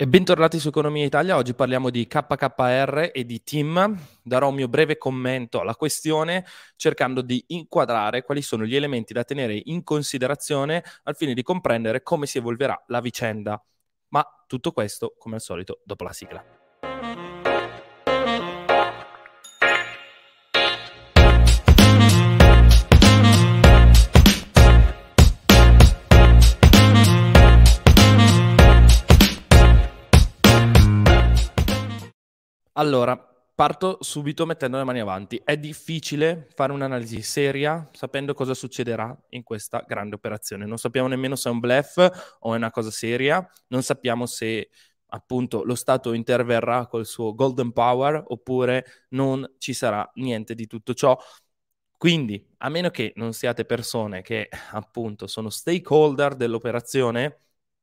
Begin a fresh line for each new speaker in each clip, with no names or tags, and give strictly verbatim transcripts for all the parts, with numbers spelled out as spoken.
E bentornati su Economia Italia. Oggi parliamo di K K R e di Tim. Darò un mio breve commento alla questione, cercando di inquadrare quali sono gli elementi da tenere in considerazione al fine di comprendere come si evolverà la vicenda. Ma tutto questo, come al solito, dopo la sigla. Allora, parto subito mettendo le mani avanti. È difficile fare un'analisi seria sapendo cosa succederà in questa grande operazione. Non sappiamo nemmeno se è un bluff o è una cosa seria. Non sappiamo se appunto lo Stato interverrà col suo golden power oppure non ci sarà niente di tutto ciò. Quindi, a meno che non siate persone che appunto sono stakeholder dell'operazione,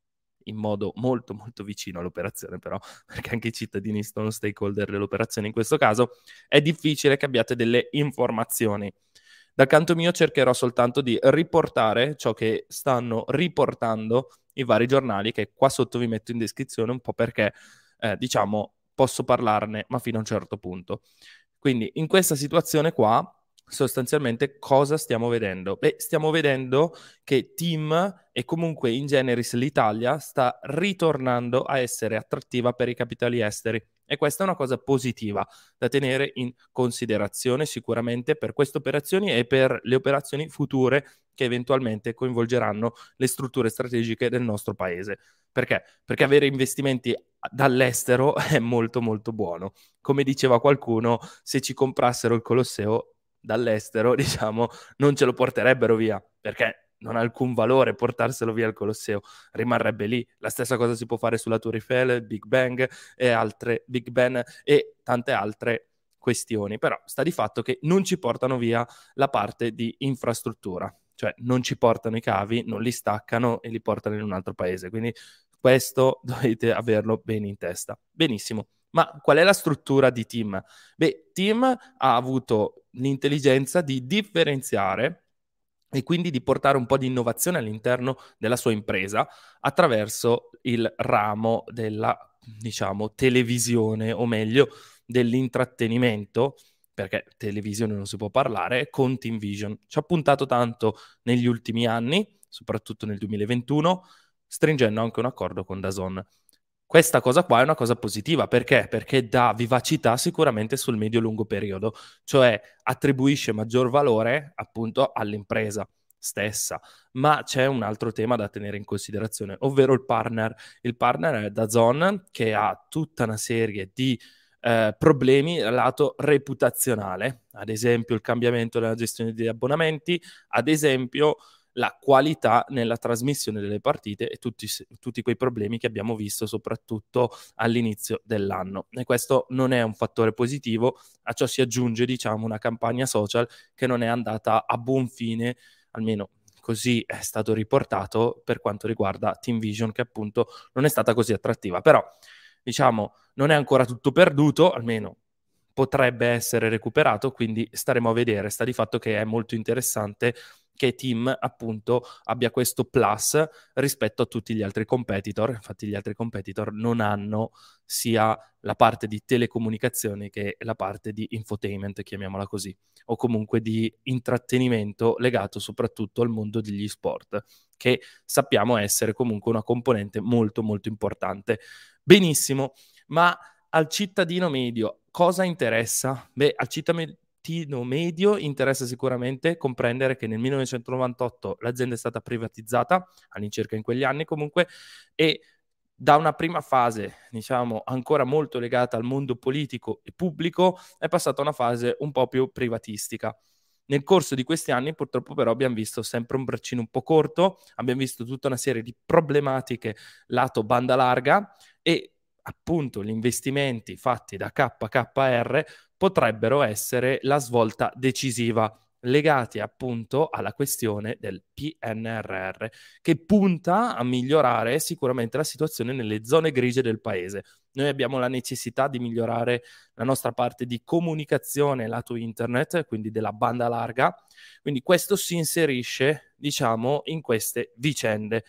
in modo molto molto vicino all'operazione però, perché anche i cittadini sono stakeholder dell'operazione in questo caso, è difficile che abbiate delle informazioni. Dal canto mio cercherò soltanto di riportare ciò che stanno riportando i vari giornali, che qua sotto vi metto in descrizione un po' perché, eh, diciamo, posso parlarne, ma fino a un certo punto. Quindi in questa situazione qua, sostanzialmente cosa stiamo vedendo? Beh, stiamo vedendo che Tim e comunque in generis l'Italia sta ritornando a essere attrattiva per i capitali esteri e questa è una cosa positiva da tenere in considerazione sicuramente per queste operazioni e per le operazioni future che eventualmente coinvolgeranno le strutture strategiche del nostro paese. Perché? Perché avere investimenti dall'estero è molto molto buono. Come diceva qualcuno, se ci comprassero il Colosseo dall'estero, diciamo, non ce lo porterebbero via, perché non ha alcun valore portarselo via al Colosseo, rimarrebbe lì. La stessa cosa si può fare sulla Tour Eiffel, Big Bang e altre Big Ben e tante altre questioni, però sta di fatto che non ci portano via la parte di infrastruttura, cioè non ci portano i cavi, non li staccano e li portano in un altro paese, quindi questo dovete averlo bene in testa. Benissimo. Ma qual è la struttura di Tim? Beh, Tim ha avuto l'intelligenza di differenziare e quindi di portare un po' di innovazione all'interno della sua impresa attraverso il ramo della, diciamo, televisione, o meglio, dell'intrattenimento, perché televisione non si può parlare, con Team Vision. Ci ha puntato tanto negli ultimi anni, soprattutto nel duemilaventuno, stringendo anche un accordo con D A Z N. Questa cosa qua è una cosa positiva, perché? Perché dà vivacità sicuramente sul medio-lungo periodo, cioè attribuisce maggior valore appunto all'impresa stessa. Ma c'è un altro tema da tenere in considerazione, ovvero il partner. Il partner è D A Z N, che ha tutta una serie di eh, problemi dal lato reputazionale, ad esempio il cambiamento della gestione degli abbonamenti, ad esempio la qualità nella trasmissione delle partite e tutti, tutti quei problemi che abbiamo visto soprattutto all'inizio dell'anno. E questo non è un fattore positivo, a ciò si aggiunge, diciamo, una campagna social che non è andata a buon fine, almeno così è stato riportato per quanto riguarda Team Vision, che appunto non è stata così attrattiva. Però, diciamo, non è ancora tutto perduto, almeno potrebbe essere recuperato, quindi staremo a vedere. Sta di fatto che è molto interessante che Team appunto abbia questo plus rispetto a tutti gli altri competitor. Infatti gli altri competitor non hanno sia la parte di telecomunicazioni che la parte di infotainment, chiamiamola così, o comunque di intrattenimento legato soprattutto al mondo degli sport, che sappiamo essere comunque una componente molto molto importante. Benissimo, ma al cittadino medio cosa interessa? Beh, al cittadino medio interessa sicuramente comprendere che nel millenovecentonovantotto l'azienda è stata privatizzata, all'incirca in quegli anni comunque, e da una prima fase, diciamo, ancora molto legata al mondo politico e pubblico, è passata a una fase un po' più privatistica. Nel corso di questi anni purtroppo però abbiamo visto sempre un braccino un po' corto, abbiamo visto tutta una serie di problematiche lato banda larga e appunto gli investimenti fatti da K K R potrebbero essere la svolta decisiva legati appunto alla questione del P N R R, che punta a migliorare sicuramente la situazione nelle zone grigie del paese. Noi abbiamo la necessità di migliorare la nostra parte di comunicazione lato internet, quindi della banda larga, quindi questo si inserisce, diciamo, in queste vicende.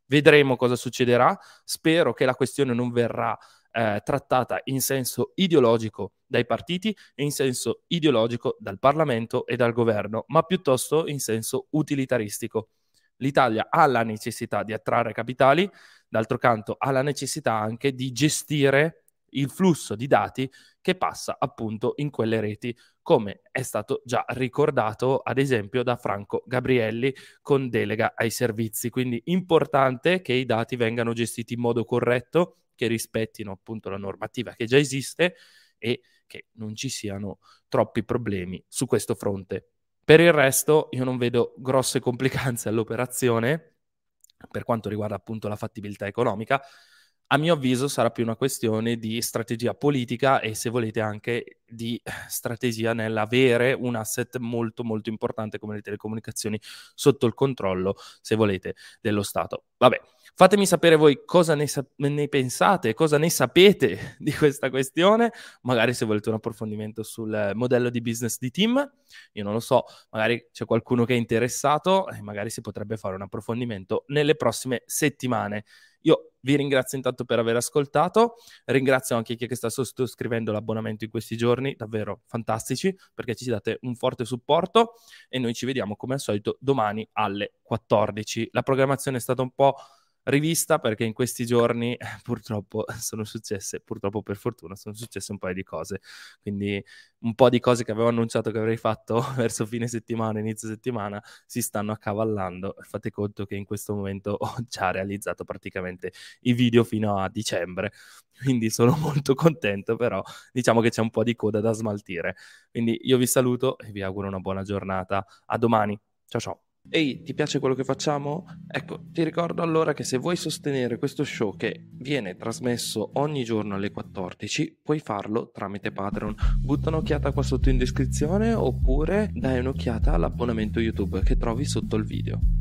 Vedremo cosa succederà. Spero che la questione non verrà eh, trattata in senso ideologico dai partiti e in senso ideologico dal Parlamento e dal governo, ma piuttosto in senso utilitaristico. L'Italia ha la necessità di attrarre capitali, d'altro canto ha la necessità anche di gestire il flusso di dati che passa appunto in quelle reti, come è stato già ricordato ad esempio da Franco Gabrielli con delega ai servizi. Quindi importante che i dati vengano gestiti in modo corretto, che rispettino appunto la normativa che già esiste e che non ci siano troppi problemi su questo fronte. Per il resto io non vedo grosse complicanze all'operazione per quanto riguarda appunto la fattibilità economica. A mio avviso sarà più una questione di strategia politica e, se volete, anche di strategia nell'avere un asset molto molto importante come le telecomunicazioni sotto il controllo, se volete, dello Stato. Vabbè, fatemi sapere voi cosa ne, sa- ne pensate, cosa ne sapete di questa questione, magari se volete un approfondimento sul modello di business di Tim, io non lo so, magari c'è qualcuno che è interessato e magari si potrebbe fare un approfondimento nelle prossime settimane. Io vi ringrazio intanto per aver ascoltato, ringrazio anche chi che sta sottoscrivendo l'abbonamento in questi giorni, davvero fantastici, perché ci date un forte supporto e noi ci vediamo come al solito domani alle quattordici. La programmazione è stata un po' rivista perché in questi giorni purtroppo sono successe, purtroppo per fortuna, sono successe un paio di cose, quindi un po' di cose che avevo annunciato che avrei fatto verso fine settimana, inizio settimana, si stanno accavallando. Fate conto che in questo momento ho già realizzato praticamente i video fino a dicembre, quindi sono molto contento, però diciamo che c'è un po' di coda da smaltire. Quindi io vi saluto e vi auguro una buona giornata. A domani. Ciao ciao. Ehi, ti piace quello che facciamo? Ecco, ti ricordo allora che se vuoi sostenere questo show che viene trasmesso ogni giorno alle quattordici, puoi farlo tramite Patreon. Butta un'occhiata qua sotto in descrizione oppure dai un'occhiata all'abbonamento YouTube che trovi sotto il video.